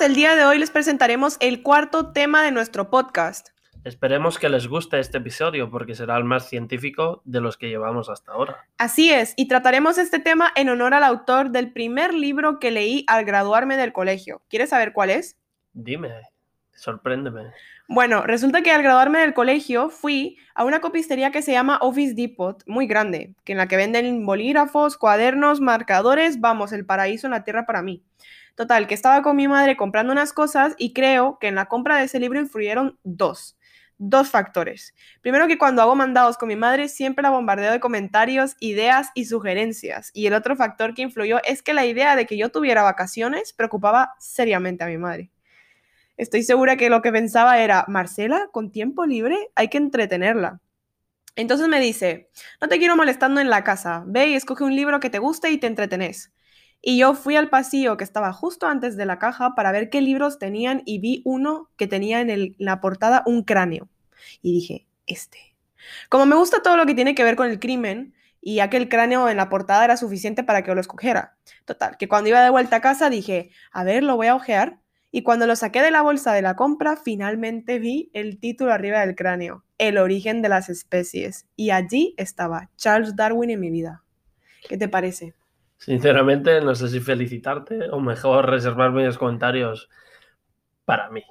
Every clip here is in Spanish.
el día de hoy les presentaremos el cuarto tema de nuestro podcast. Esperemos que les guste este episodio porque será el más científico de los que llevamos hasta ahora. Así es, y trataremos este tema en honor al autor del primer libro que leí al graduarme del colegio. ¿Quieres saber cuál es? Dime, sorpréndeme. Bueno, resulta que al graduarme del colegio fui a una copistería que se llama Office Depot, muy grande, en la que venden bolígrafos, cuadernos, marcadores, vamos, el paraíso en la tierra para mí. Total, que estaba con mi madre comprando unas cosas y creo que en la compra de ese libro influyeron dos factores. Primero, que cuando hago mandados con mi madre siempre la bombardeo de comentarios, ideas y sugerencias. Y el otro factor que influyó es que la idea de que yo tuviera vacaciones preocupaba seriamente a mi madre. Estoy segura que lo que pensaba era, Marcela, con tiempo libre hay que entretenerla. Entonces me dice, no te quiero molestando en la casa, ve y escoge un libro que te guste y te entretenés. Y yo fui al pasillo que estaba justo antes de la caja para ver qué libros tenían y vi uno que tenía en la portada un cráneo. Y dije, este. Como me gusta todo lo que tiene que ver con el crimen, y ya que el cráneo en la portada era suficiente para que yo lo escogiera. Total, que cuando iba de vuelta a casa dije, a ver, lo voy a ojear. Y cuando lo saqué de la bolsa de la compra, finalmente vi el título arriba del cráneo, El origen de las especies. Y allí estaba Charles Darwin en mi vida. ¿Qué te parece? Sinceramente, no sé si felicitarte o mejor reservar mis comentarios para mí.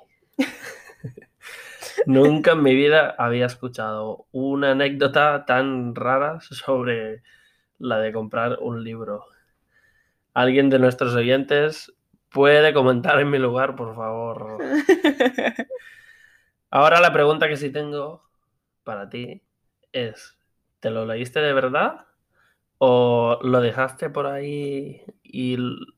Nunca en mi vida había escuchado una anécdota tan rara sobre la de comprar un libro. ¿Alguien de nuestros oyentes puede comentar en mi lugar, por favor? Ahora la pregunta que sí tengo para ti es, ¿te lo leíste de verdad? ¿O lo dejaste por ahí y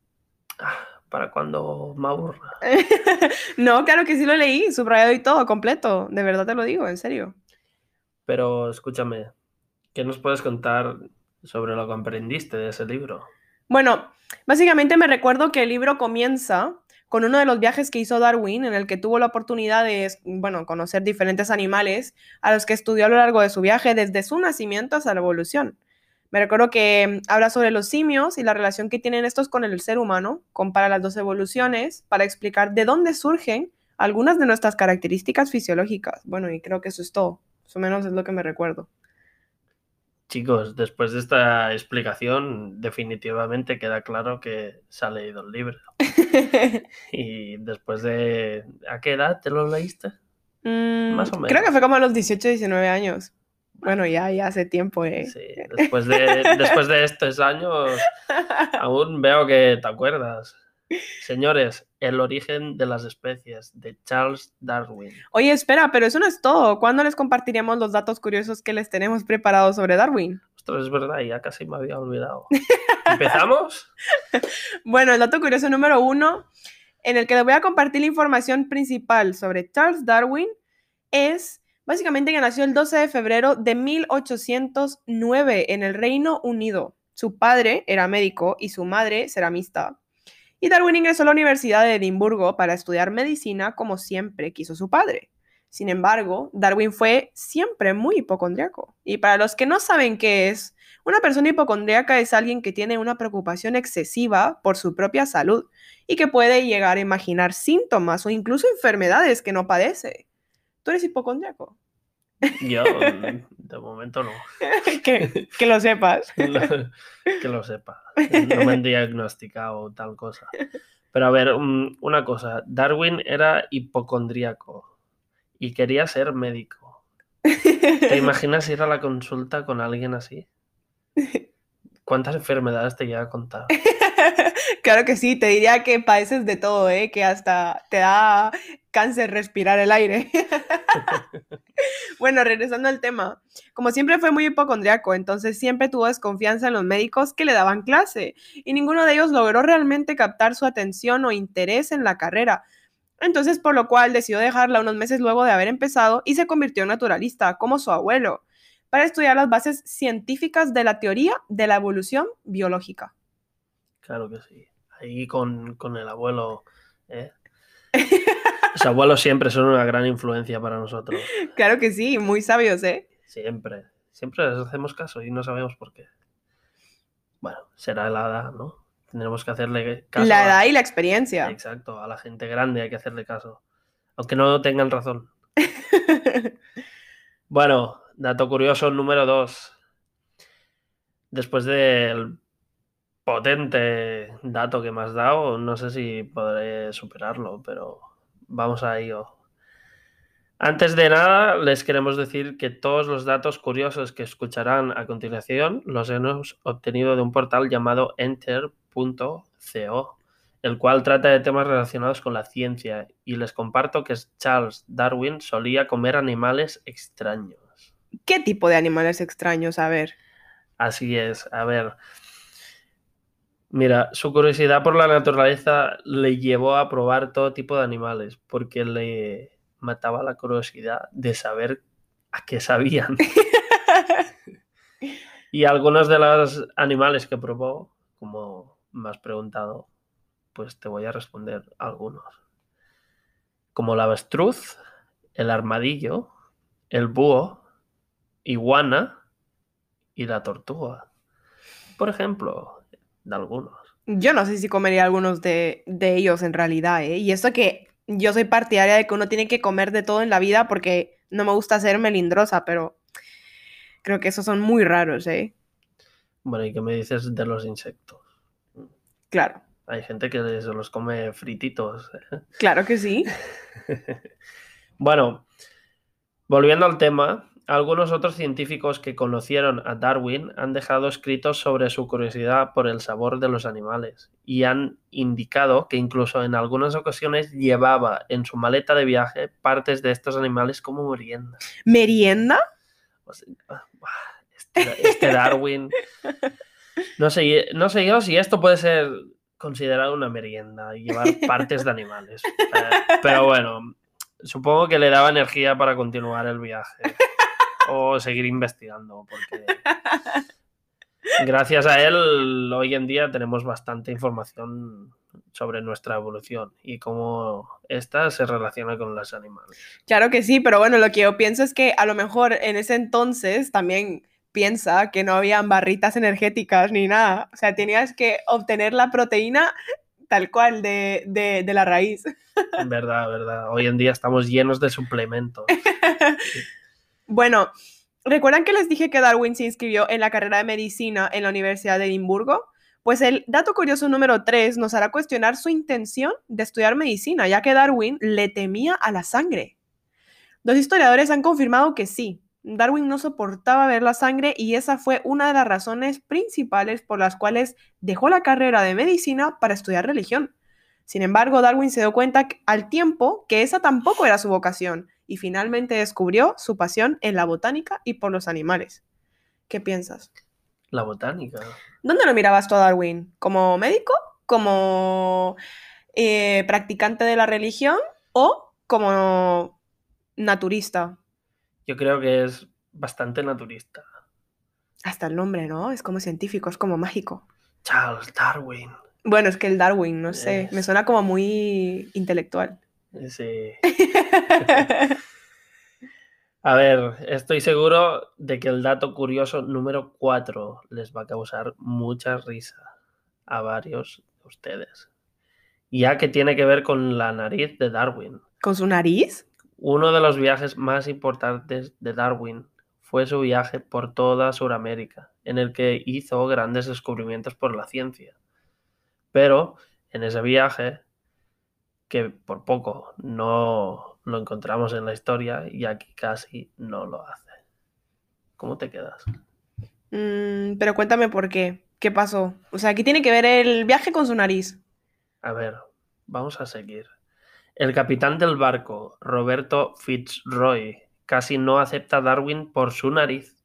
para cuando me aburra? No, claro que sí lo leí, subrayado y todo, completo. De verdad te lo digo, en serio. Pero escúchame, ¿qué nos puedes contar sobre lo que aprendiste de ese libro? Bueno, básicamente me recuerdo que el libro comienza con uno de los viajes que hizo Darwin, en el que tuvo la oportunidad de, bueno, conocer diferentes animales a los que estudió a lo largo de su viaje, desde su nacimiento hasta la evolución. Me recuerdo que habla sobre los simios y la relación que tienen estos con el ser humano, compara las dos evoluciones para explicar de dónde surgen algunas de nuestras características fisiológicas. Bueno, y creo que eso es todo. Eso menos es lo que me recuerdo. Chicos, después de esta explicación, definitivamente queda claro que se ha leído el libro. Y después de... ¿A qué edad te lo leíste? Más o Creo que menos. fue como a los 18, 19 años. Bueno, ya hace tiempo, ¿eh? Sí, después de estos años, aún veo que te acuerdas. Señores, El origen de las especies, de Charles Darwin. Oye, espera, pero eso no es todo. ¿Cuándo les compartiríamos los datos curiosos que les tenemos preparados sobre Darwin? Ostras, es verdad, ya casi me había olvidado. ¿Empezamos? Bueno, el dato curioso número 1, en el que les voy a compartir la información principal sobre Charles Darwin, es básicamente que nació el 12 de febrero de 1809 en el Reino Unido. Su padre era médico y su madre ceramista. Y Darwin ingresó a la Universidad de Edimburgo para estudiar medicina como siempre quiso su padre. Sin embargo, Darwin fue siempre muy hipocondriaco. Y para los que no saben qué es, una persona hipocondriaca es alguien que tiene una preocupación excesiva por su propia salud y que puede llegar a imaginar síntomas o incluso enfermedades que no padece. ¿Tú eres hipocondriaco? Yo, de momento no. Que lo sepas. Que lo sepa. No me han diagnosticado tal cosa. Pero a ver, una cosa. Darwin era hipocondríaco y quería ser médico. ¿Te imaginas ir a la consulta con alguien así? ¿Cuántas enfermedades te llega a contar? Claro que sí, te diría que padeces de todo, ¿eh? Que hasta te da cáncer respirar el aire. Bueno, regresando al tema, como siempre fue muy hipocondriaco, entonces siempre tuvo desconfianza en los médicos que le daban clase y ninguno de ellos logró realmente captar su atención o interés en la carrera. Entonces, por lo cual decidió dejarla unos meses luego de haber empezado y se convirtió en naturalista, como su abuelo, para estudiar las bases científicas de la teoría de la evolución biológica. Claro que sí. Ahí con el abuelo, ¿eh? Los abuelos siempre son una gran influencia para nosotros. Claro que sí, muy sabios, ¿eh? Siempre. Siempre les hacemos caso y no sabemos por qué. Bueno, será la edad, ¿no? Tendremos que hacerle caso La edad y la experiencia. Exacto, a la gente grande hay que hacerle caso. Aunque no tengan razón. Bueno, dato curioso número 2. Después del potente dato que me has dado, no sé si podré superarlo, pero vamos a ello. Antes de nada, les queremos decir que todos los datos curiosos que escucharán a continuación los hemos obtenido de un portal llamado enter.co, el cual trata de temas relacionados con la ciencia, y les comparto que Charles Darwin solía comer animales extraños. ¿Qué tipo de animales extraños? A ver. Así es, a ver. Mira, su curiosidad por la naturaleza le llevó a probar todo tipo de animales, porque le mataba la curiosidad de saber a qué sabían. Y algunos de los animales que probó, como me has preguntado, pues te voy a responder algunos. Como la avestruz, el armadillo, el búho, iguana y la tortuga. Por ejemplo, de algunos. Yo no sé si comería algunos de ellos en realidad, ¿eh? Y eso que yo soy partidaria de que uno tiene que comer de todo en la vida porque no me gusta ser melindrosa, pero creo que esos son muy raros, ¿eh? Bueno, ¿y qué me dices de los insectos? Claro, Hay gente que se los come frititos. claro que sí. Bueno, volviendo al tema, algunos otros científicos que conocieron a Darwin han dejado escritos sobre su curiosidad por el sabor de los animales y han indicado que incluso en algunas ocasiones llevaba en su maleta de viaje partes de estos animales como merienda. ¿Merienda? O sea, este Darwin. No sé yo si esto puede ser considerado una merienda y llevar partes de animales. Pero bueno, supongo que le daba energía para continuar el viaje o seguir investigando, porque gracias a él hoy en día tenemos bastante información sobre nuestra evolución y cómo esta se relaciona con los animales. Claro que sí, pero bueno, lo que yo pienso es que a lo mejor en ese entonces también piensa que no habían barritas energéticas ni nada. O sea, tenías que obtener la proteína tal cual de la raíz. Verdad, verdad. Hoy en día estamos llenos de suplementos. Bueno, ¿recuerdan que les dije que Darwin se inscribió en la carrera de medicina en la Universidad de Edimburgo? Pues el dato curioso número 3 nos hará cuestionar su intención de estudiar medicina, ya que Darwin le temía a la sangre. Los historiadores han confirmado que sí, Darwin no soportaba ver la sangre y esa fue una de las razones principales por las cuales dejó la carrera de medicina para estudiar religión. Sin embargo, Darwin se dio cuenta al tiempo que esa tampoco era su vocación y finalmente descubrió su pasión en la botánica y por los animales. ¿Qué piensas? La botánica. ¿Dónde lo mirabas tú a Darwin? ¿Como médico? ¿Como practicante de la religión? ¿O como naturista? Yo creo que es bastante naturista. Hasta el nombre, ¿no? Es como científico, es como mágico. Charles Darwin. Bueno, es que el Darwin, no sé, me suena como muy intelectual. Sí. A ver, estoy seguro de que el dato curioso número 4 les va a causar mucha risa a varios de ustedes, ya que tiene que ver con la nariz de Darwin. ¿Con su nariz? Uno de los viajes más importantes de Darwin fue su viaje por toda Sudamérica, en el que hizo grandes descubrimientos por la ciencia. Pero en ese viaje, que por poco no lo encontramos en la historia, y aquí casi no lo hace. ¿Cómo te quedas? Pero cuéntame por qué. ¿Qué pasó? O sea, ¿qué tiene que ver el viaje con su nariz? A ver, vamos a seguir. El capitán del barco, Roberto Fitzroy, casi no acepta a Darwin por su nariz.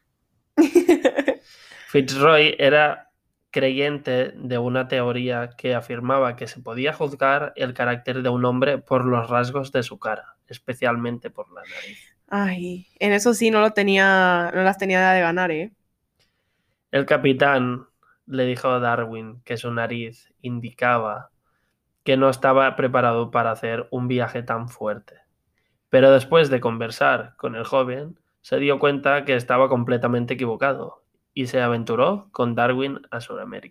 Fitzroy era creyente de una teoría que afirmaba que se podía juzgar el carácter de un hombre por los rasgos de su cara, especialmente por la nariz. Ay, en eso sí no las tenía de ganar, ¿eh? El capitán le dijo a Darwin que su nariz indicaba que no estaba preparado para hacer un viaje tan fuerte. Pero después de conversar con el joven, se dio cuenta que estaba completamente equivocado y se aventuró con Darwin a Sudamérica.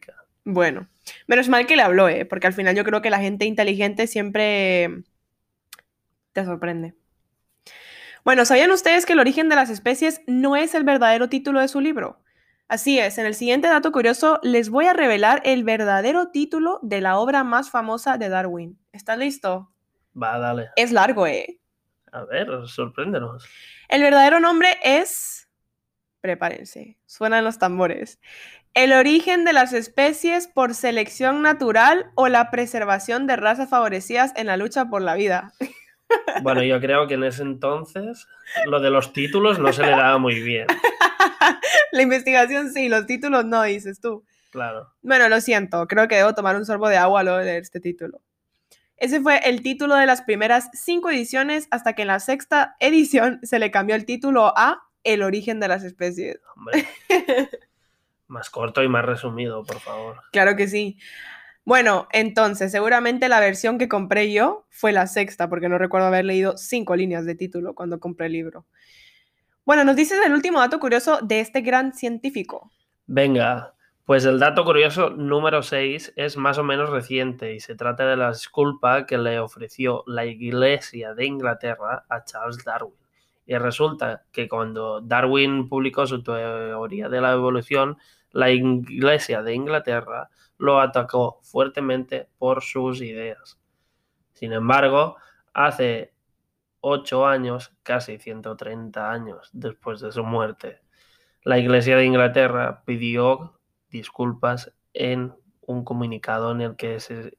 Bueno, menos mal que le habló, porque al final yo creo que la gente inteligente siempre te sorprende. Bueno, ¿sabían ustedes que El origen de las especies no es el verdadero título de su libro? Así es, en el siguiente dato curioso les voy a revelar el verdadero título de la obra más famosa de Darwin. ¿Estás listo? Va, dale. Es largo, ¿eh? A ver, sorpréndenos. El verdadero nombre es... Prepárense, suenan los tambores. El origen de las especies por selección natural o la preservación de razas favorecidas en la lucha por la vida. Bueno, yo creo que en ese entonces lo de los títulos no se le daba muy bien. La investigación sí, los títulos no, dices tú. Claro. Bueno, lo siento, creo que debo tomar un sorbo de agua luego de leer este título. Ese fue el título de las primeras 5 ediciones hasta que en la sexta edición se le cambió el título a El origen de las especies. Hombre, más corto y más resumido, por favor. Claro que sí. Bueno, entonces, seguramente la versión que compré yo fue la sexta, porque no recuerdo haber leído 5 líneas de título cuando compré el libro. Bueno, nos dices el último dato curioso de este gran científico. Venga, pues el dato curioso número 6 es más o menos reciente y se trata de la disculpa que le ofreció la Iglesia de Inglaterra a Charles Darwin. Y resulta que cuando Darwin publicó su teoría de la evolución, la Iglesia de Inglaterra lo atacó fuertemente por sus ideas. Sin embargo, hace 8 años, casi 130 años después de su muerte, la Iglesia de Inglaterra pidió disculpas en un comunicado en el que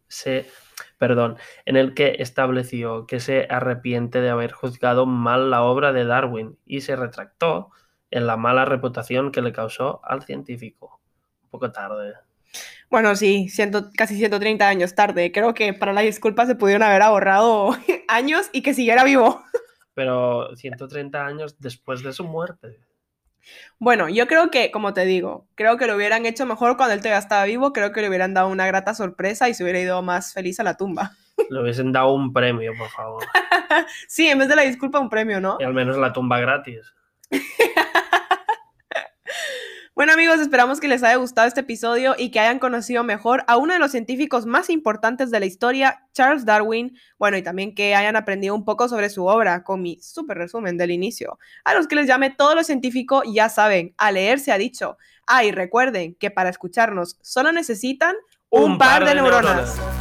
en el que estableció que se arrepiente de haber juzgado mal la obra de Darwin y se retractó en la mala reputación que le causó al científico. Un poco tarde. Bueno, sí, casi 130 años tarde. Creo que para la disculpa se pudieron haber ahorrado años y que siguiera vivo. Pero 130 años después de su muerte. Bueno, yo creo que, como te digo, creo que lo hubieran hecho mejor cuando él todavía estaba vivo. Creo que le hubieran dado una grata sorpresa y se hubiera ido más feliz a la tumba. Le hubiesen dado un premio, por favor. Sí, en vez de la disculpa, un premio, ¿no? Y al menos la tumba gratis. Bueno, amigos, esperamos que les haya gustado este episodio y que hayan conocido mejor a uno de los científicos más importantes de la historia, Charles Darwin. Bueno, y también que hayan aprendido un poco sobre su obra con mi súper resumen del inicio. A los que les llame todo lo científico, ya saben, a leer se ha dicho. Ah, y recuerden que para escucharnos solo necesitan un par de neuronas.